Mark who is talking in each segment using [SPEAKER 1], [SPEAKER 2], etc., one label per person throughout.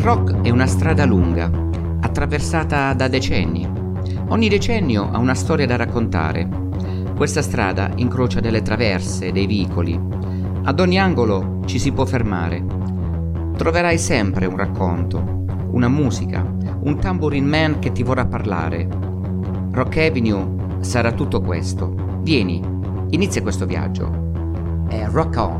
[SPEAKER 1] rock è una strada lunga, attraversata da decenni. Ogni decennio ha una storia da raccontare. Questa strada incrocia delle traverse, dei vicoli. Ad ogni angolo ci si può fermare. Troverai sempre un racconto, una musica, un tambourine man che ti vorrà parlare. Rock Avenue sarà tutto questo. Vieni, inizia questo viaggio. È Rock On!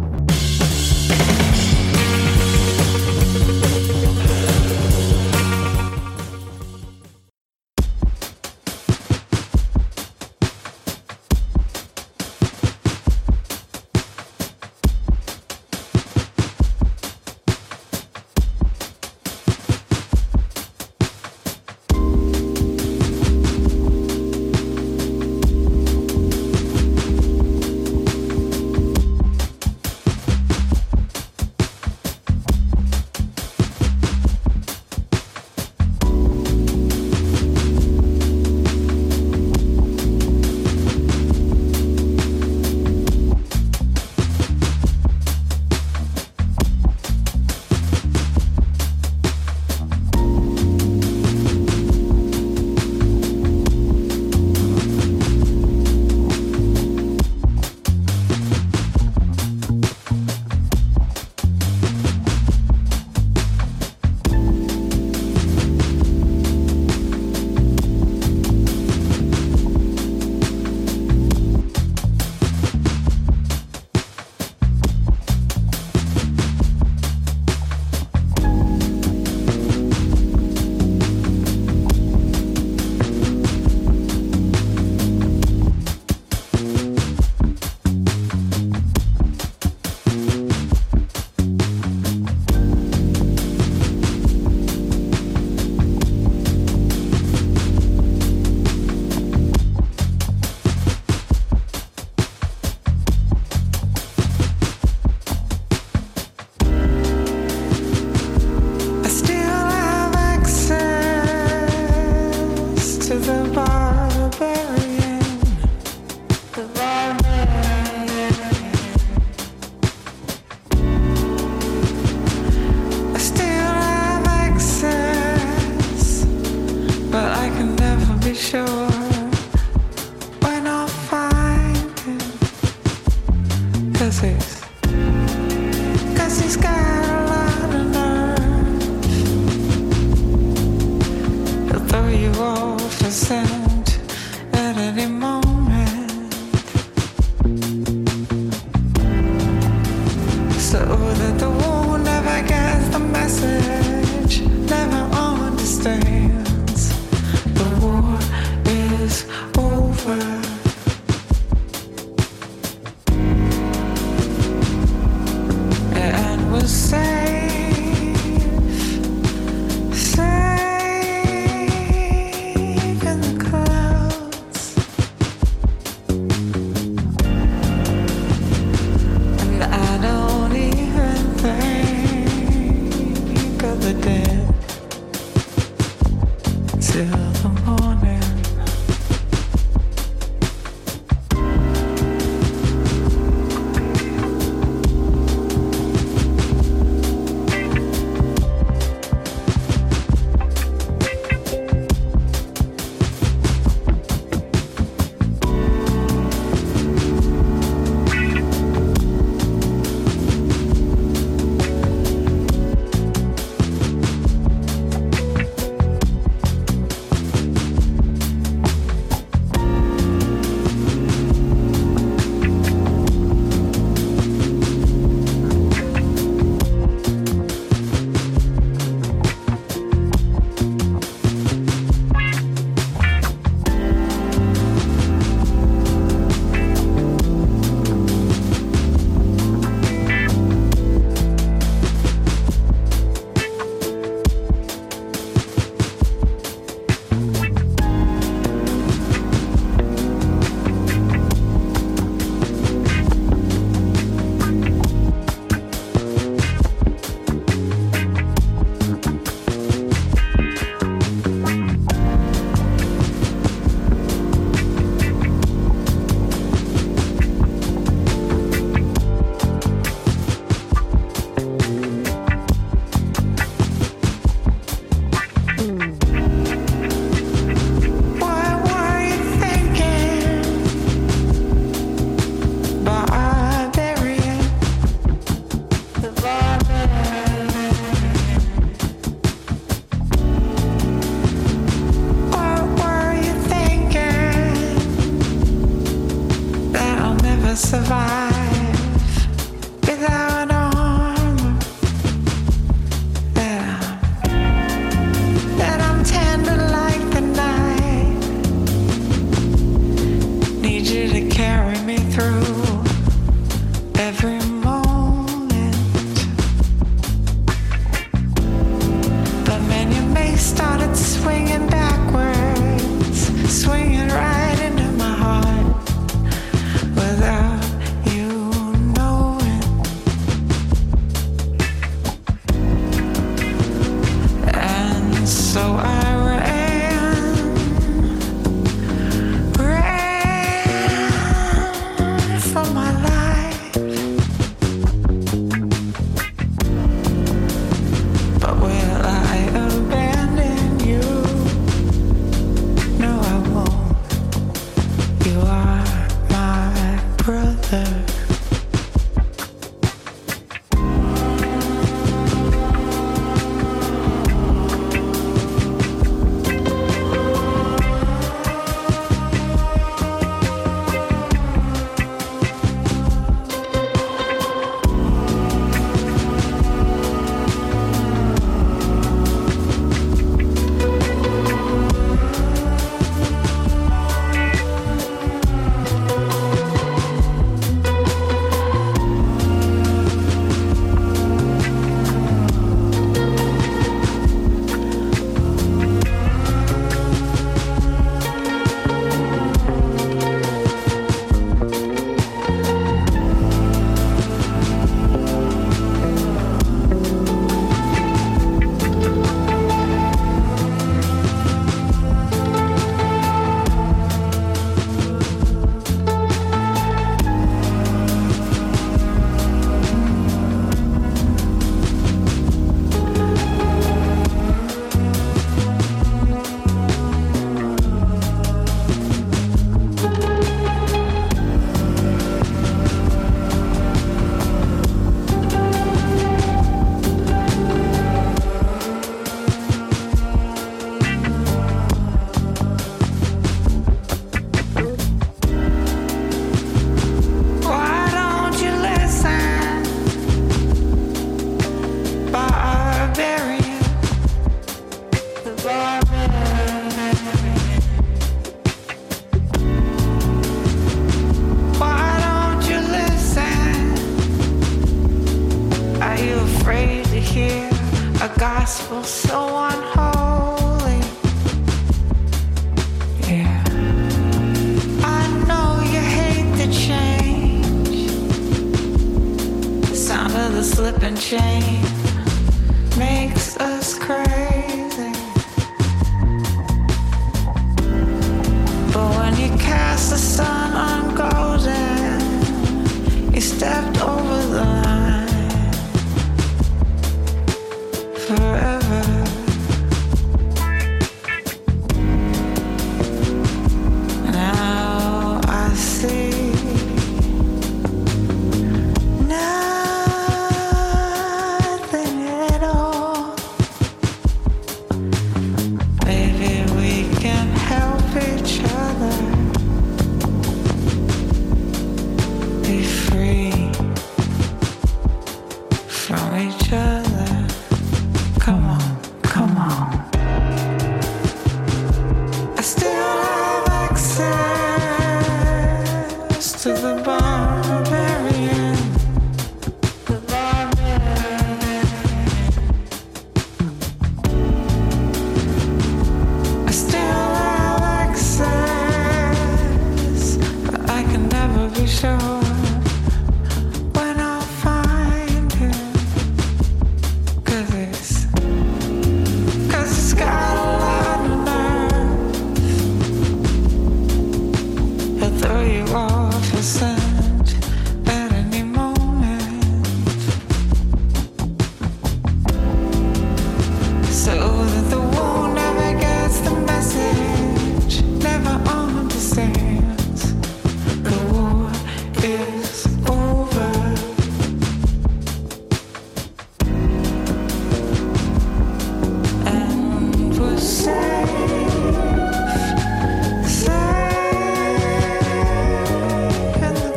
[SPEAKER 2] In the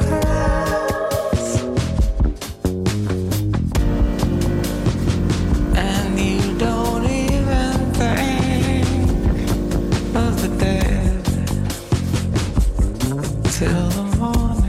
[SPEAKER 2] till the morning.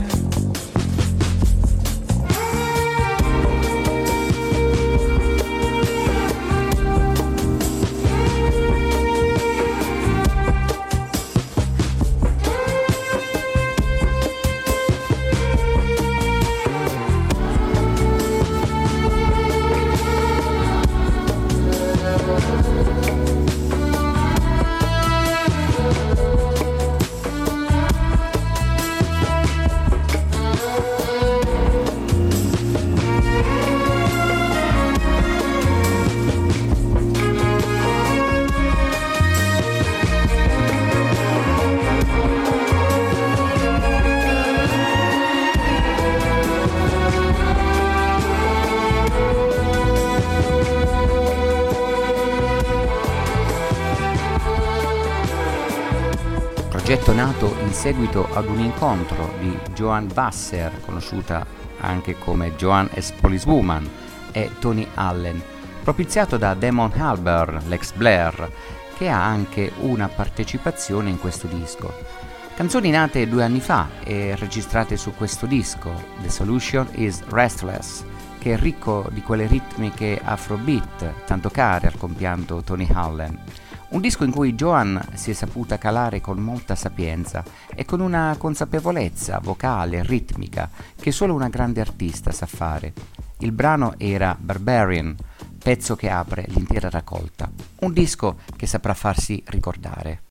[SPEAKER 1] Progetto nato in seguito ad un incontro di Joan Wasser, conosciuta anche come Joan as Policewoman, e Tony Allen, propiziato da Damon Albarn, l'ex Blair, che ha anche una partecipazione in questo disco. Canzoni nate 2 anni fa e registrate su questo disco, The Solution is Restless, che è ricco di quelle ritmiche afrobeat tanto care al compianto Tony Allen. Un disco in cui Joan si è saputa calare con molta sapienza e con una consapevolezza vocale e ritmica che solo una grande artista sa fare. Il brano era Barbarian, pezzo che apre l'intera raccolta. Un disco che saprà farsi ricordare.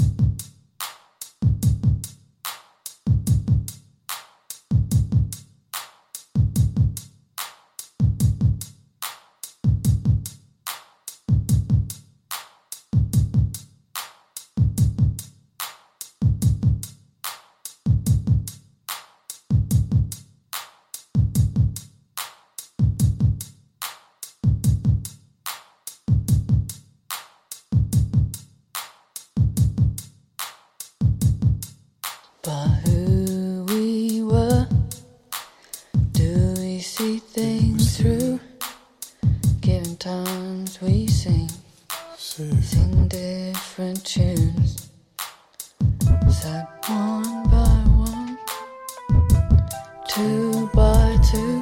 [SPEAKER 2] Sing different tunes, sat one by one, 2 by 2,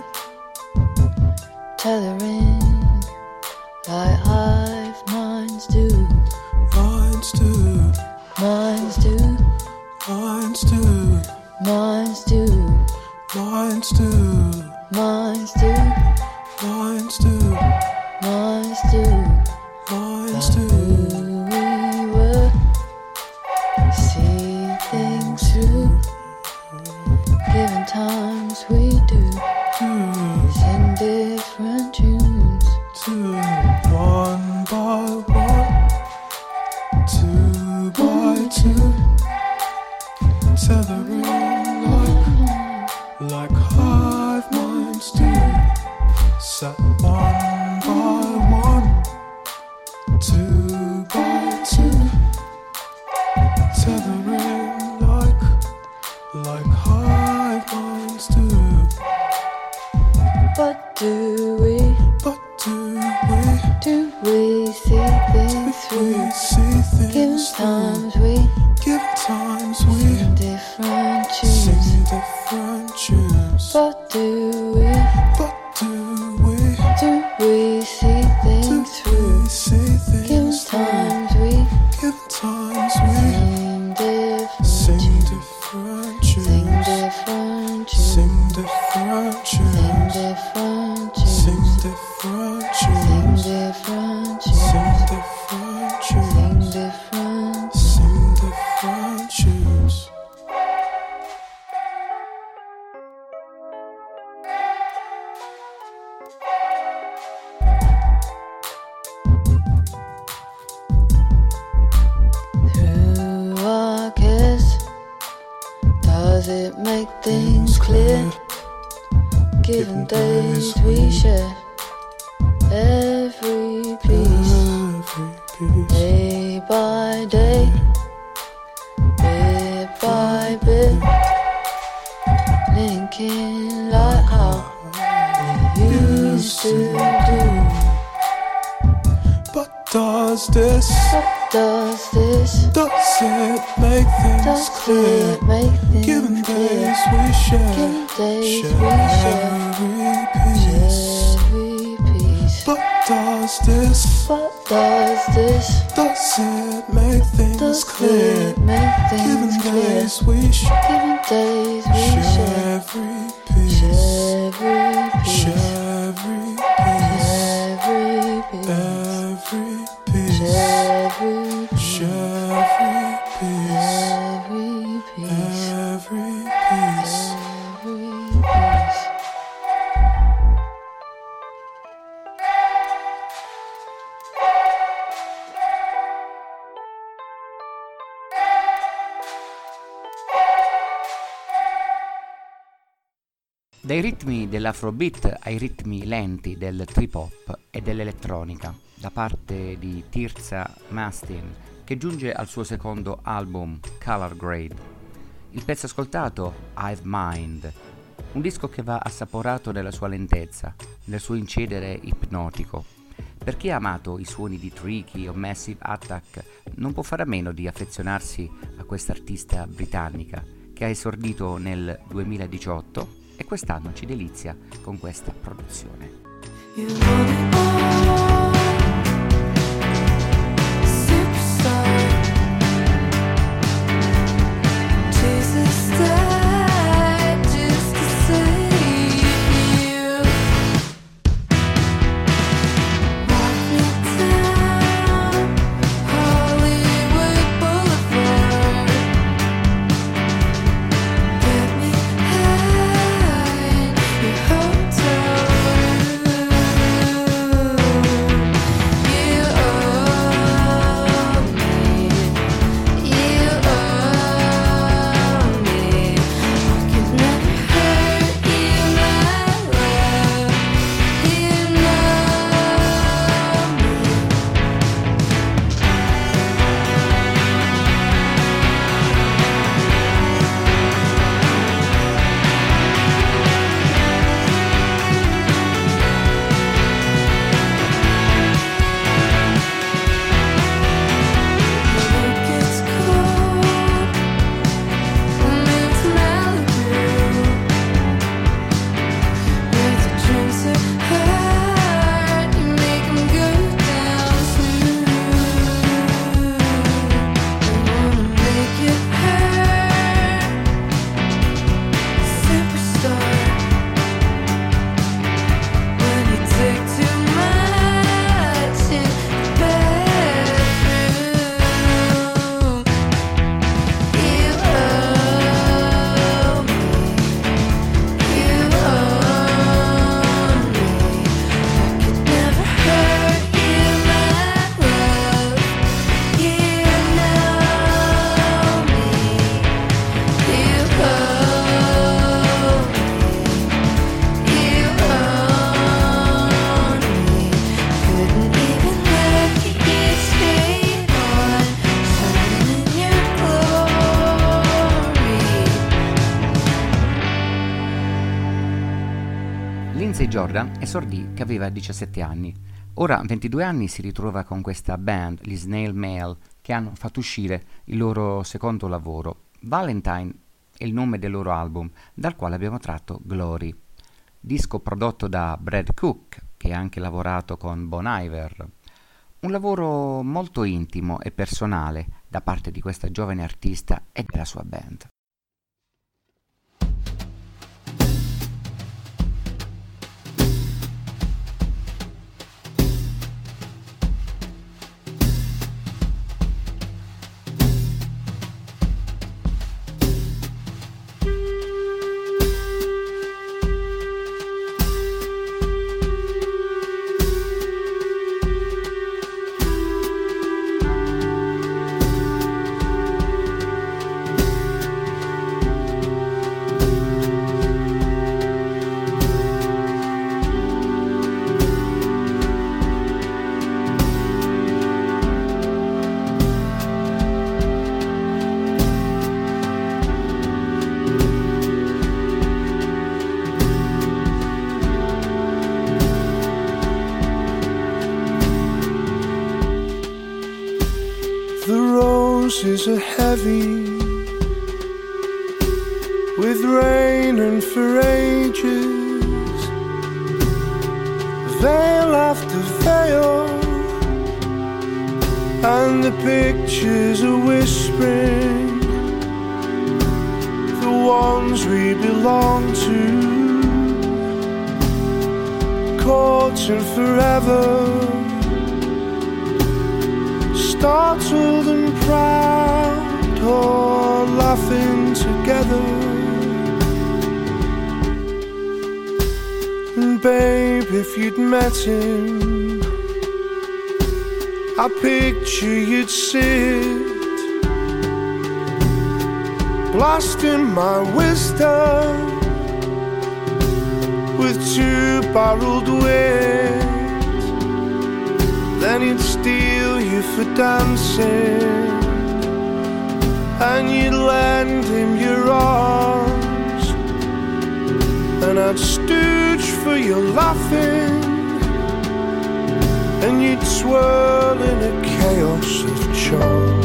[SPEAKER 2] tethering like hive minds do. Minds do. Minds do. Minds do. Minds do. Minds do. Minds do. Minds do. Minds do. Minds do. We were see things through. Given times we do. Sing different tunes. 1 by 1, 2 by 2, tethering like hive minds do. Sat 1 by 1, 2 by 2, tethering like hive minds do. But do we see things through? Given times we sing different tunes. But do we see things through? Given times we sing different tunes. Sing different tunes. Sing different tunes. Sing different tunes. Sing different tunes. Sing different tunes. Sing different tunes. Sing different tunes. Through our kiss, does it make things clear? Given days we share every piece, day by day, bit by bit, linking like how we used to do. But does it make things clear? Given Giving days we share
[SPEAKER 3] every piece.
[SPEAKER 2] every piece.
[SPEAKER 3] But does this does it make things clear?
[SPEAKER 2] It make things
[SPEAKER 3] Given
[SPEAKER 2] clear?
[SPEAKER 3] days we
[SPEAKER 2] Giving days we share
[SPEAKER 3] every piece.
[SPEAKER 2] every piece.
[SPEAKER 3] Every piece.
[SPEAKER 2] Every piece.
[SPEAKER 3] Every piece.
[SPEAKER 2] Every piece.
[SPEAKER 3] Every piece.
[SPEAKER 2] Every piece.
[SPEAKER 3] Every piece.
[SPEAKER 2] Every piece.
[SPEAKER 1] Dai ritmi dell'afrobeat ai ritmi lenti del trip hop e dell'elettronica, da parte di Tirza Mastin, che giunge al suo secondo album Color Grade. Il pezzo ascoltato, Hive Mind, un disco che va assaporato nella sua lentezza, nel suo incedere ipnotico. Per chi ha amato i suoni di Tricky o Massive Attack, non può fare a meno di affezionarsi a questa artista britannica, che ha esordito nel 2018 e quest'anno ci delizia con questa produzione.
[SPEAKER 2] You want it all, superstar. Chase the sky just to save you. Walk me down Hollywood Boulevard. Get me high in your hotel room. You owe me. You owe me. I could never hurt you, my love. You know me. When it gets cold, we'll move to Malibu, where the drinks are hot, you make 'em go down smooth. I wanna make it hurt, superstar. When you take too much in the bedroom, you owe me. You owe me. I could never hurt you, my love. You know me. You owe me. You own me. Couldn't even look at you straight on, shining in your glory.
[SPEAKER 1] Lindsey Jordan esordì che aveva 17 anni. Ora, a 22 anni, si ritrova con questa band, gli Snail Mail, che hanno fatto uscire il loro secondo lavoro. Valentine è il nome del loro album, dal quale abbiamo tratto Glory, disco prodotto da Brad Cook, che ha anche lavorato con Bon Iver. Un lavoro molto intimo e personale da parte di questa giovane artista e della sua band.
[SPEAKER 3] The roses are heavy, with rain and for ages, veil after veil, and the pictures are whispering the ones we belong to, caught and forever, startled and proud, or laughing together. And babe, if you'd met him, I picture you'd sit blasting my wisdom with two-barreled wit. Then he'd steal you for dancing, and you'd lend him your arms, and I'd stooge for your laughing, and you'd swirl in a chaos of charm.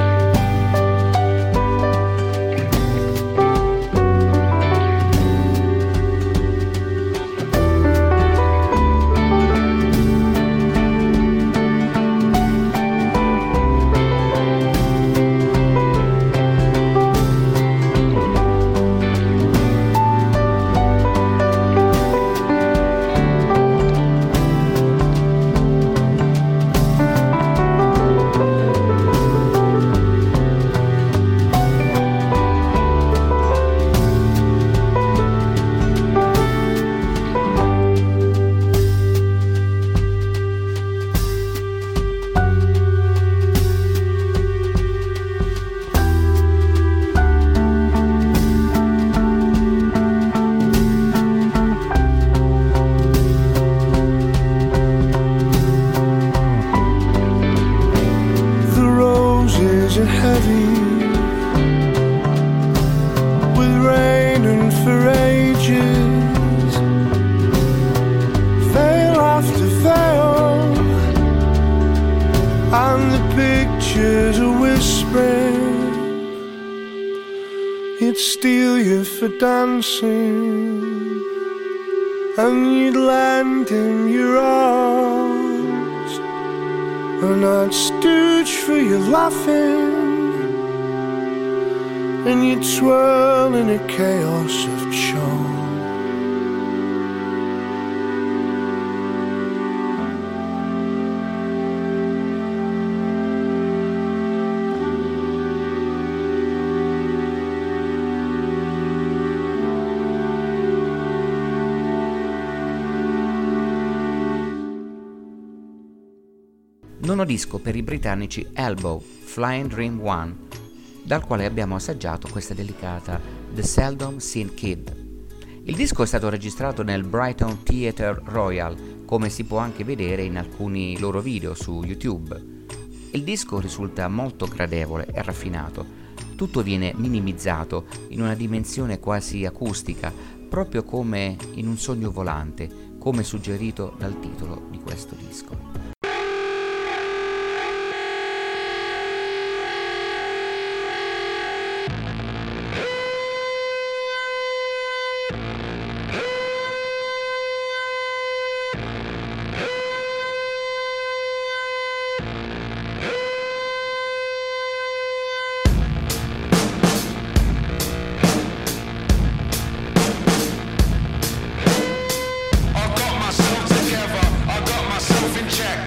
[SPEAKER 3] Dancing, and you'd lend him your arms, and I'd stooge for your laughing, and you'd swirl in a chaos of charm.
[SPEAKER 1] Nono disco per i britannici Elbow, Flying Dream One, dal quale abbiamo assaggiato questa delicata The Seldom Seen Kid. Il disco è stato registrato nel Brighton Theatre Royal, come si può anche vedere in alcuni loro video su YouTube. Il disco risulta molto gradevole e raffinato, tutto viene minimizzato in una dimensione quasi acustica, proprio come in un sogno volante, come suggerito dal titolo di questo disco.
[SPEAKER 4] I got myself together, I got myself in check.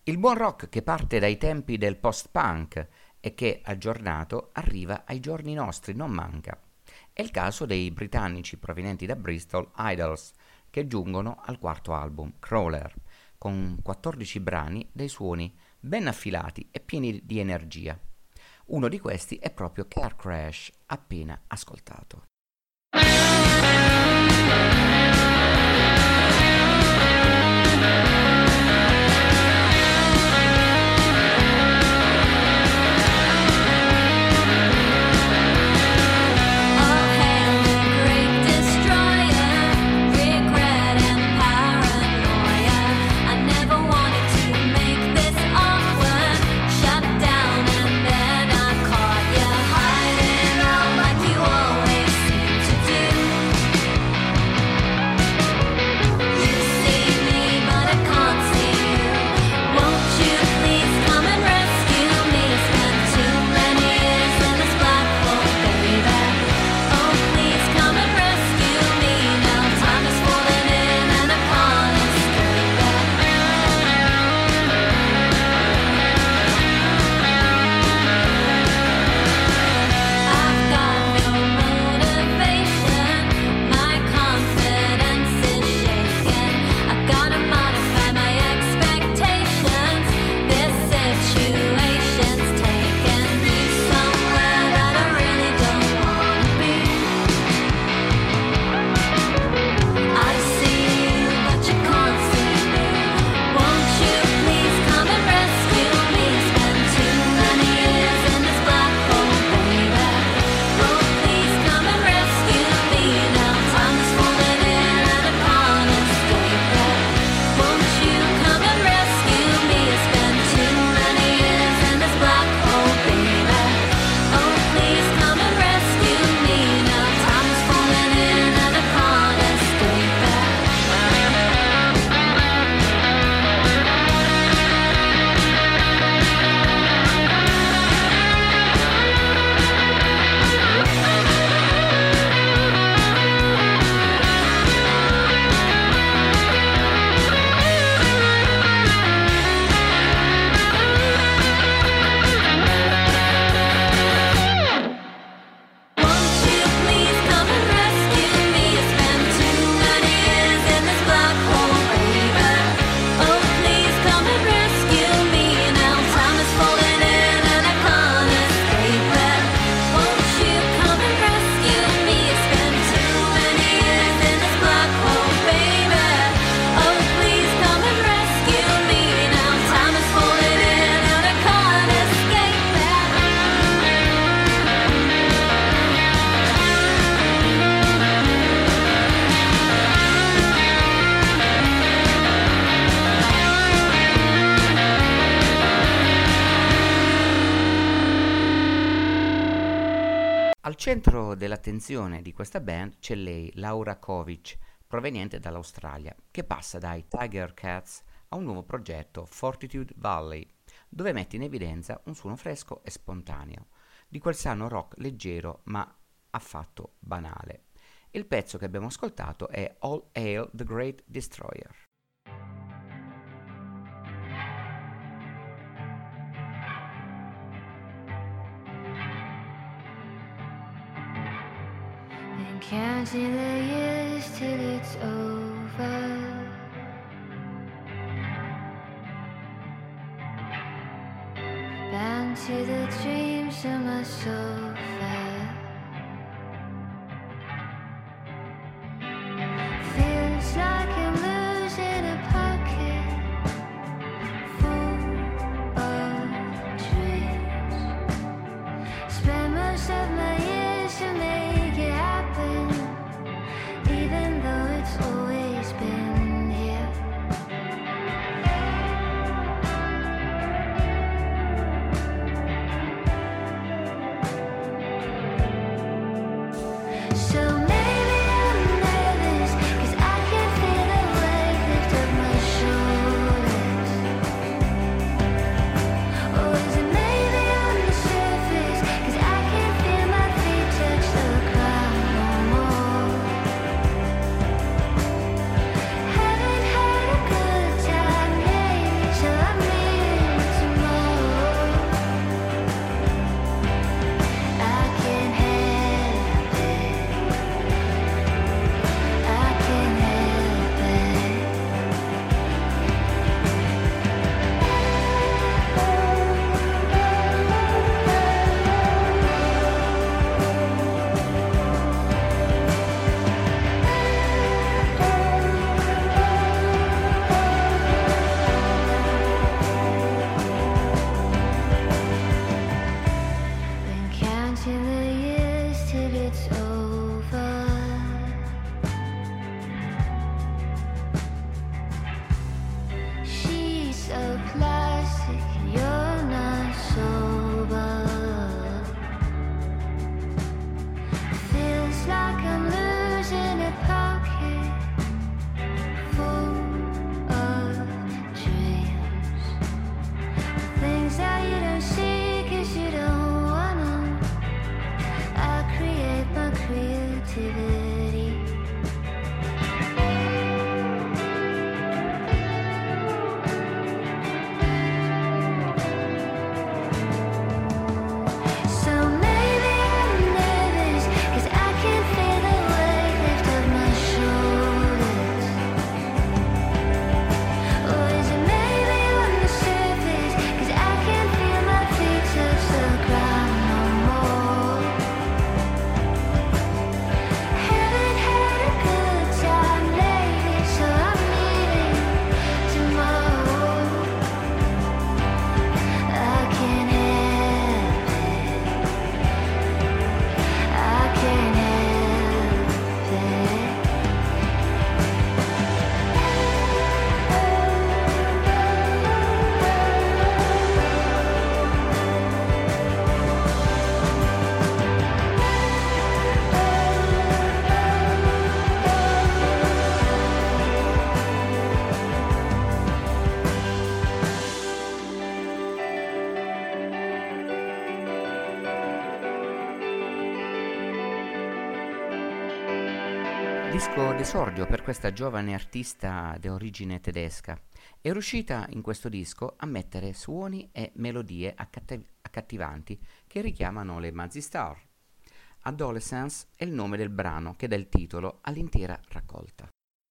[SPEAKER 1] Il buon rock che parte dai tempi del post-punk e che, aggiornato, arriva ai giorni nostri, non manca. È il caso dei britannici provenienti da Bristol, Idols, che giungono al quarto album, Crawler, con 14 brani dai suoni ben affilati e pieni di energia. Uno di questi è proprio Car Crash, appena ascoltato.
[SPEAKER 2] All hail the great destroyer, regret and paranoia. I never wanted to make this awkward. Shut down and then I caught you hiding out like you always seem to do. You see me, but I can't see you. Won't you please come and rescue me? Spent too many years in this black hole, baby. Oh, please come and rescue me. Now time is falling in and I can't escape it. I've got no motivation. My confidence is shaken. I've gotta modify my expectations. This situation's taken me somewhere that I really don't wanna be. I see you, but you can't see me. Won't you please come and rescue me? Spent too many years in this black hole, baby. Oh, please come and rescue me. Now time is falling in and I can't escape it. Won't you come and rescue me? Spent too many years in this black hole, baby. Oh, please come and rescue me. Now time is falling in and I can't escape it. Won't you please come and rescue me? I spent too many years in this black hole, baby. Oh, please come and rescue me. Now time is falling in and I can't escape it. Won't you come and rescue me? I spent too many years in this black hole, baby. Oh, please come and rescue me. Now time is falling in and I can't escape it.
[SPEAKER 1] Al centro dell'attenzione di questa band c'è lei, Laura Kovic, proveniente dall'Australia, che passa dai Tiger Cats a un nuovo progetto, Fortitude Valley, dove mette in evidenza un suono fresco e spontaneo, di quel sano rock leggero ma affatto banale. Il pezzo che abbiamo ascoltato è All Hail the Great Destroyer.
[SPEAKER 2] And counting the years till it's over. Bound to the dreams of my sofa. Feels like I'm losing a pocket full of dreams. Spend most of my years to make it happen, even though it's always been here.
[SPEAKER 1] Disco d'esordio per questa giovane artista di origine tedesca. È riuscita in questo disco a mettere suoni e melodie accattivanti che richiamano le Mazzy Star. Adolescence è il nome del brano che dà il titolo all'intera raccolta.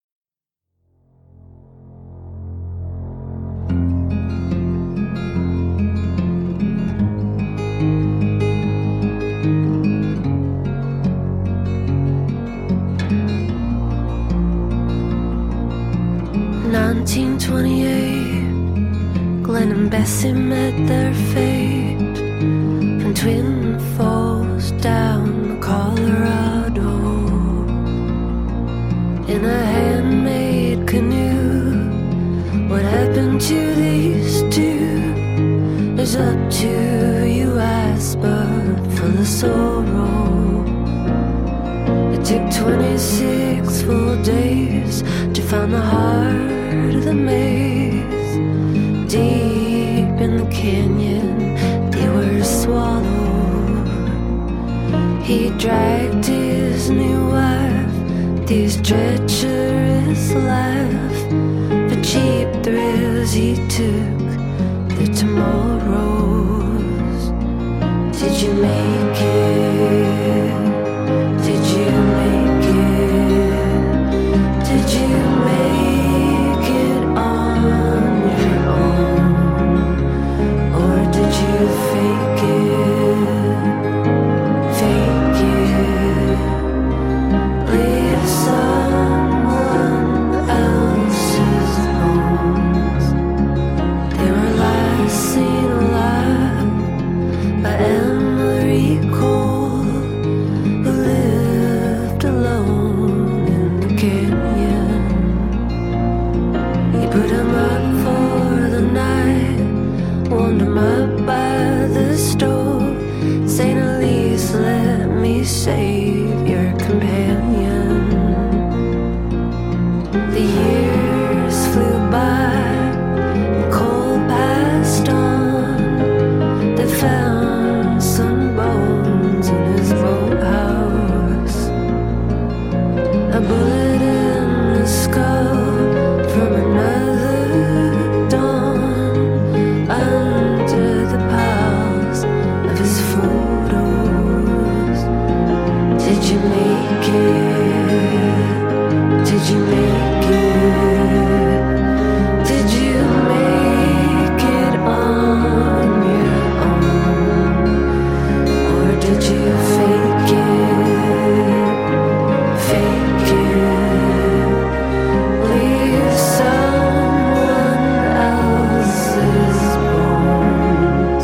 [SPEAKER 4] Glenn and Bessie met their fate from Twin Falls down the Colorado in a handmade canoe. What happened to these two is up to you, ask, but full of sorrow. It took 26 full days to find the heart of the maze. Deep in the canyon, they were swallowed. He dragged his new wife, these treacherous life. For cheap thrills he took the tomorrows. Did you make it? Did you make it? Did you make it on your own? Or did you fake it? Fake it? Leave someone else's bones. They were last seen alive by Emery Cole, who lived alone in the canyon. He put him up for the night, warmed him up by the stove. St. Elise, let me save your companion. The years flew by, and Cole passed on. They found some bones in his boathouse. A bullet in the skull from another dawn, under the piles of his photos. Did you make it? Did you make it? Did you make it on your own? Or did you fake it? Fake it? Leave someone else's bones.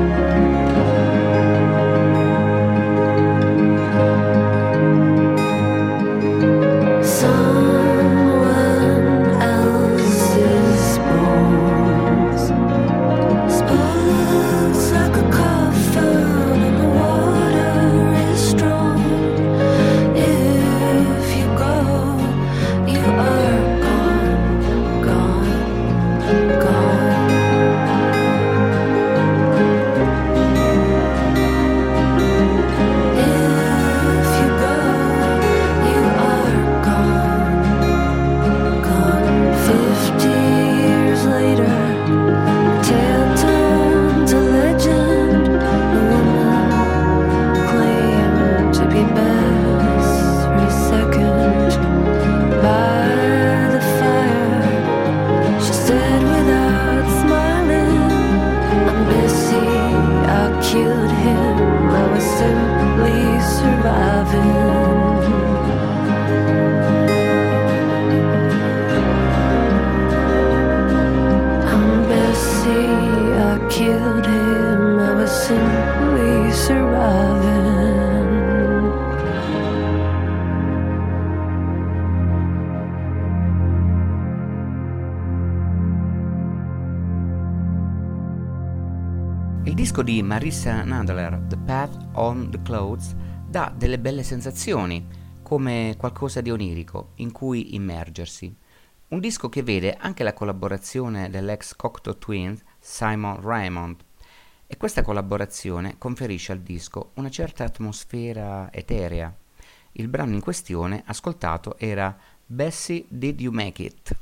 [SPEAKER 4] Someone else's bones. Sparks like a coffin and the water is strong. If you go, you are gone, gone, gone. If you go, you are gone, gone. 50 years later, tale turned to legend. A woman claimed to be best second by the fire. She said without smiling, I'm busy, I killed him, I was simply surviving. I'm Bessie, I killed him, I was simply surviving.
[SPEAKER 1] Il disco di Marissa Nadler, The Path on the Clouds, dà delle belle sensazioni, come qualcosa di onirico in cui immergersi. Un disco che vede anche la collaborazione dell'ex Cocteau Twins Simon Raymond, e questa collaborazione conferisce al disco una certa atmosfera eterea. Il brano in questione ascoltato era Bessie Did You Make It?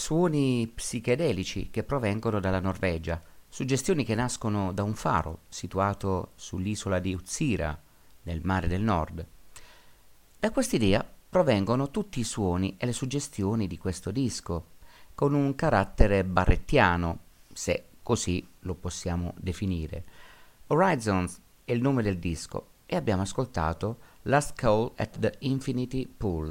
[SPEAKER 1] suoni psichedelici che provengono dalla Norvegia, suggestioni che nascono da un faro situato sull'isola di Utsira, nel mare del nord. Da quest'idea provengono tutti i suoni e le suggestioni di questo disco, con un carattere barrettiano, se così lo possiamo definire. Horizons è il nome del disco e abbiamo ascoltato Last Call at the Infinity Pool.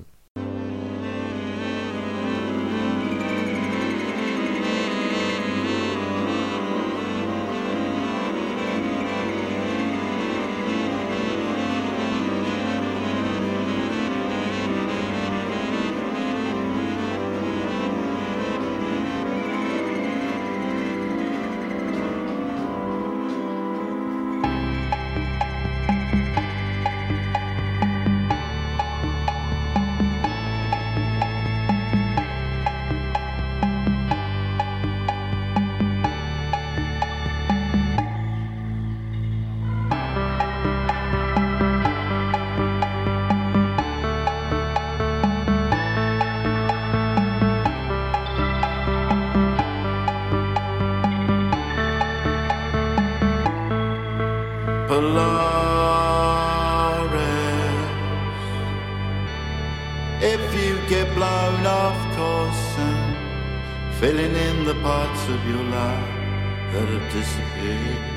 [SPEAKER 5] If you get blown off course and filling in the parts of your life that have disappeared,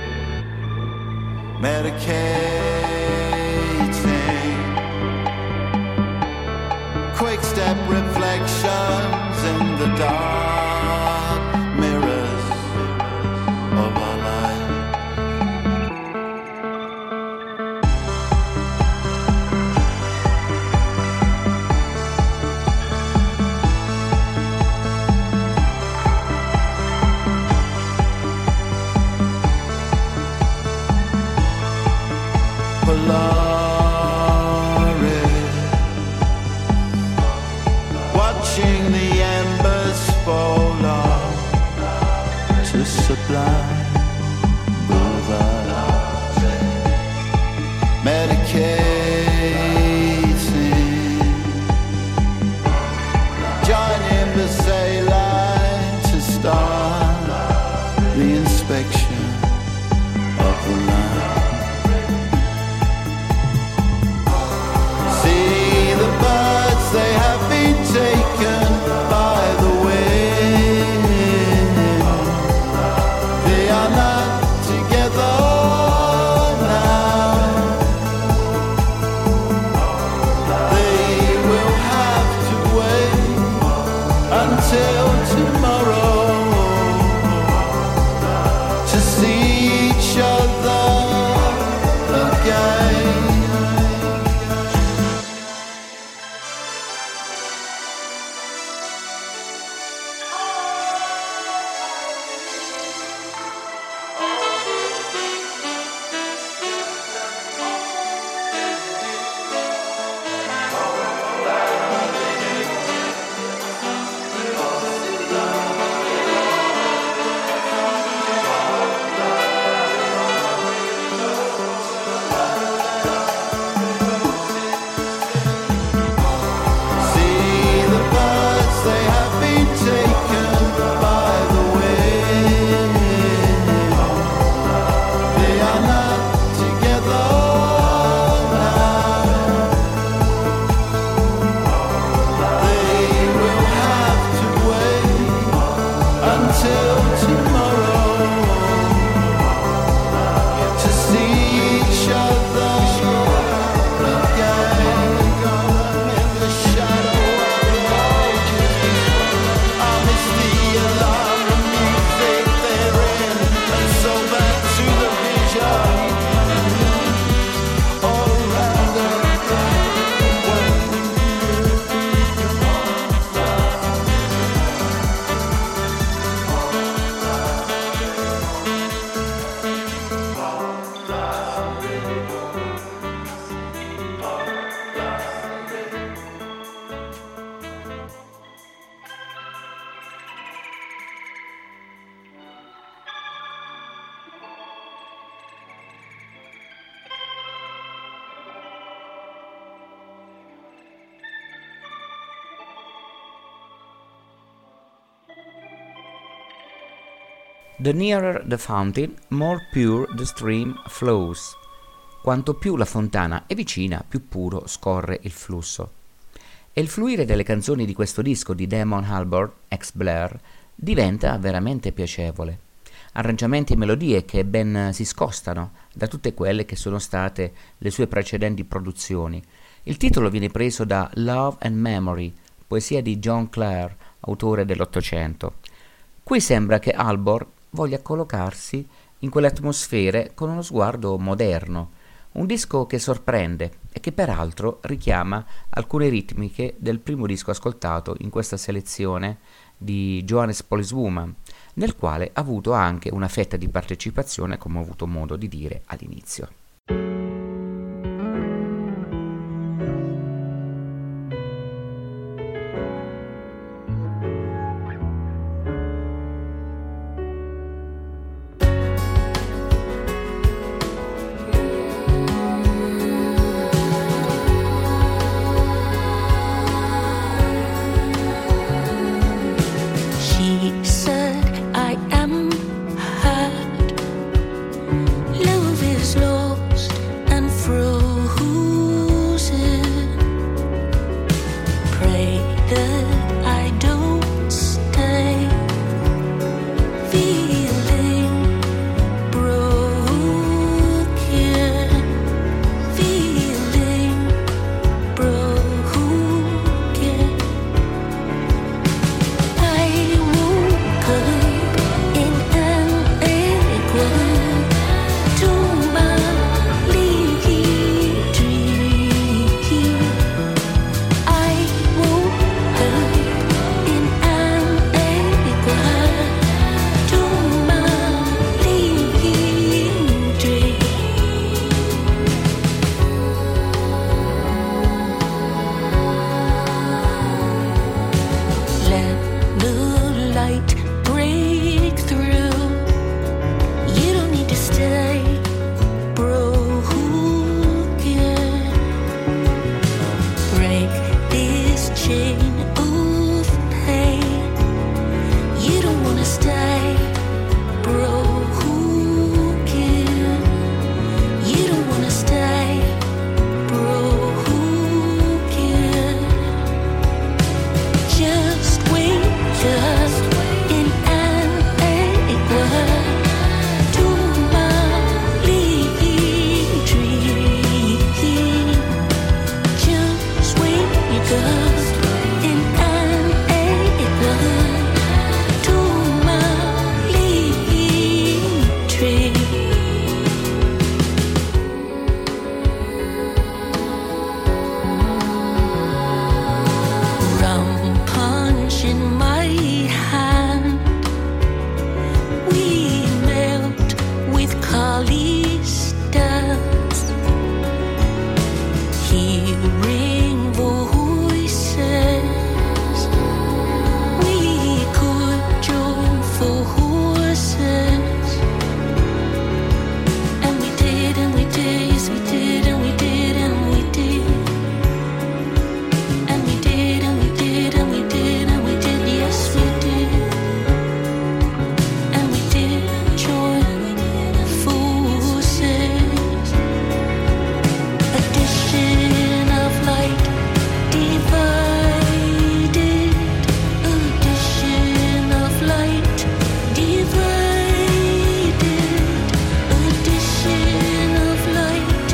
[SPEAKER 5] medicating, quick step reflections in the dark mirrors of our lives. Watching the embers fall off to Sublime Boulevard, medicating, joining the saline to start the inspection of the line. See the birds, they have been taken by the wind. They are not together now. They will have to wait until tomorrow to see each other again.
[SPEAKER 1] The nearer the fountain, more pure the stream flows. Quanto più la fontana è vicina, più puro scorre il flusso. E il fluire delle canzoni di questo disco di Damon Albarn, ex Blur, diventa veramente piacevole. Arrangiamenti e melodie che ben si scostano da tutte quelle che sono state le sue precedenti produzioni. Il titolo viene preso da Love and Memory, poesia di John Clare, autore dell'Ottocento. Qui sembra che Albarn voglia collocarsi in quelle atmosfere con uno sguardo moderno, un disco che sorprende e che peraltro richiama alcune ritmiche del primo disco ascoltato in questa selezione di Johannes Policewoman, nel quale ha avuto anche una fetta di partecipazione, come ho avuto modo di dire all'inizio.
[SPEAKER 4] She said, I am hurt. Love is lost and frozen. Pray that I don't stay. Feeling broken. Feeling broken. I woke up in an airport to my dream. I woke up in an airport to my dream. Let the light break through. You don't need to stay broken. Break this chain of pain. You don't wanna stay broken. You don't wanna stay broken. Just wake up in an airport to my dream. Just wake up in an airport to my dream. Rum punch in my hand. We melt with Kali's dance. Hearing voices. We could join forces. And we did, yes we did, and we did, and we did. And we did, and we did, and we did, and we did, yes we did. And we did join forces. Addition of light divided. Addition of light divided. Addition of light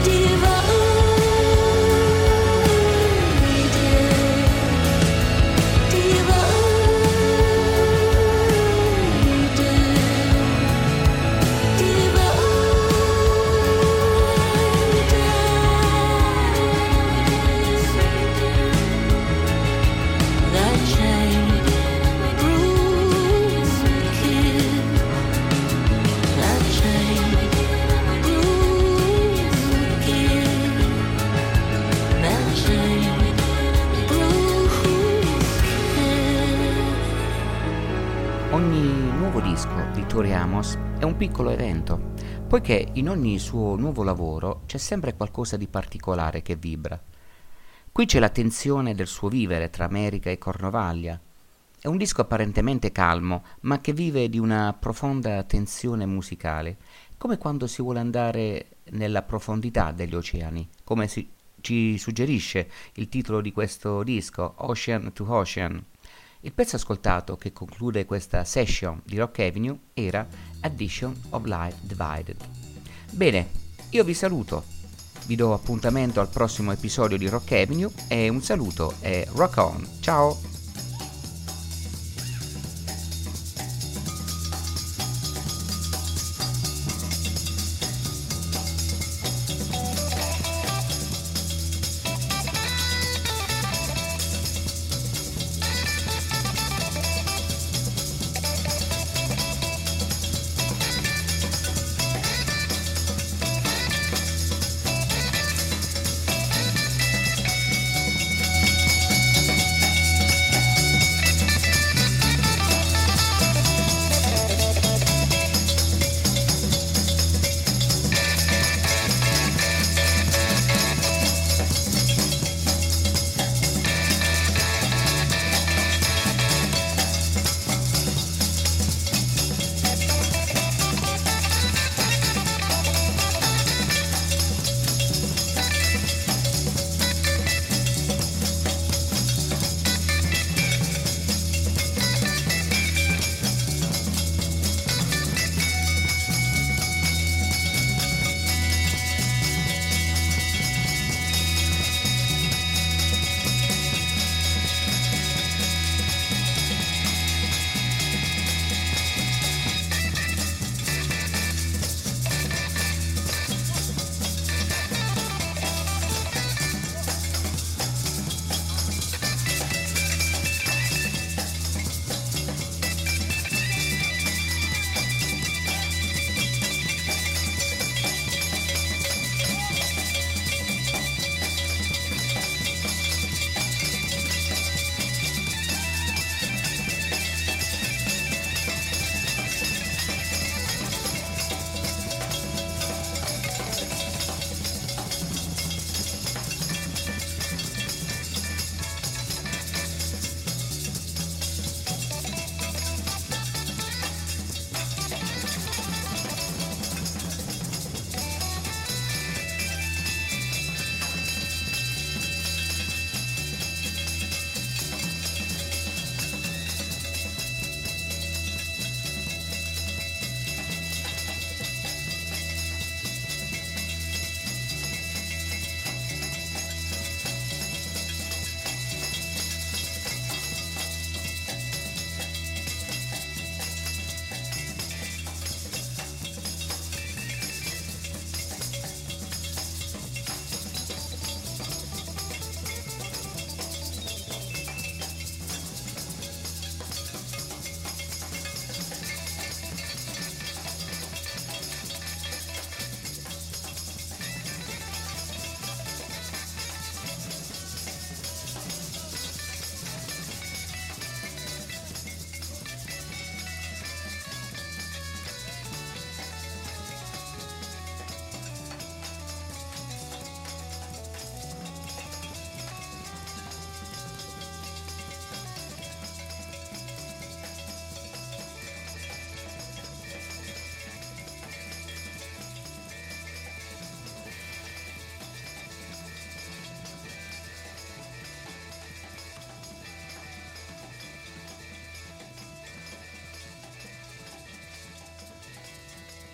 [SPEAKER 4] That chain broken. That chain broken. That chain broken.
[SPEAKER 1] Ogni nuovo disco di Tori Amos è un piccolo evento, poiché in ogni suo nuovo lavoro c'è sempre qualcosa di particolare che vibra. Qui c'è la tensione del suo vivere tra America e Cornovaglia, È un disco apparentemente calmo, ma che vive di una profonda tensione musicale, come quando si vuole andare nella profondità degli oceani, come ci suggerisce il titolo di questo disco, Ocean to Ocean. Il pezzo ascoltato che conclude questa session di Rock Avenue era Addition of Life Divided. Bene, io vi saluto, vi do appuntamento al prossimo episodio di Rock Avenue e un saluto e rock on, ciao!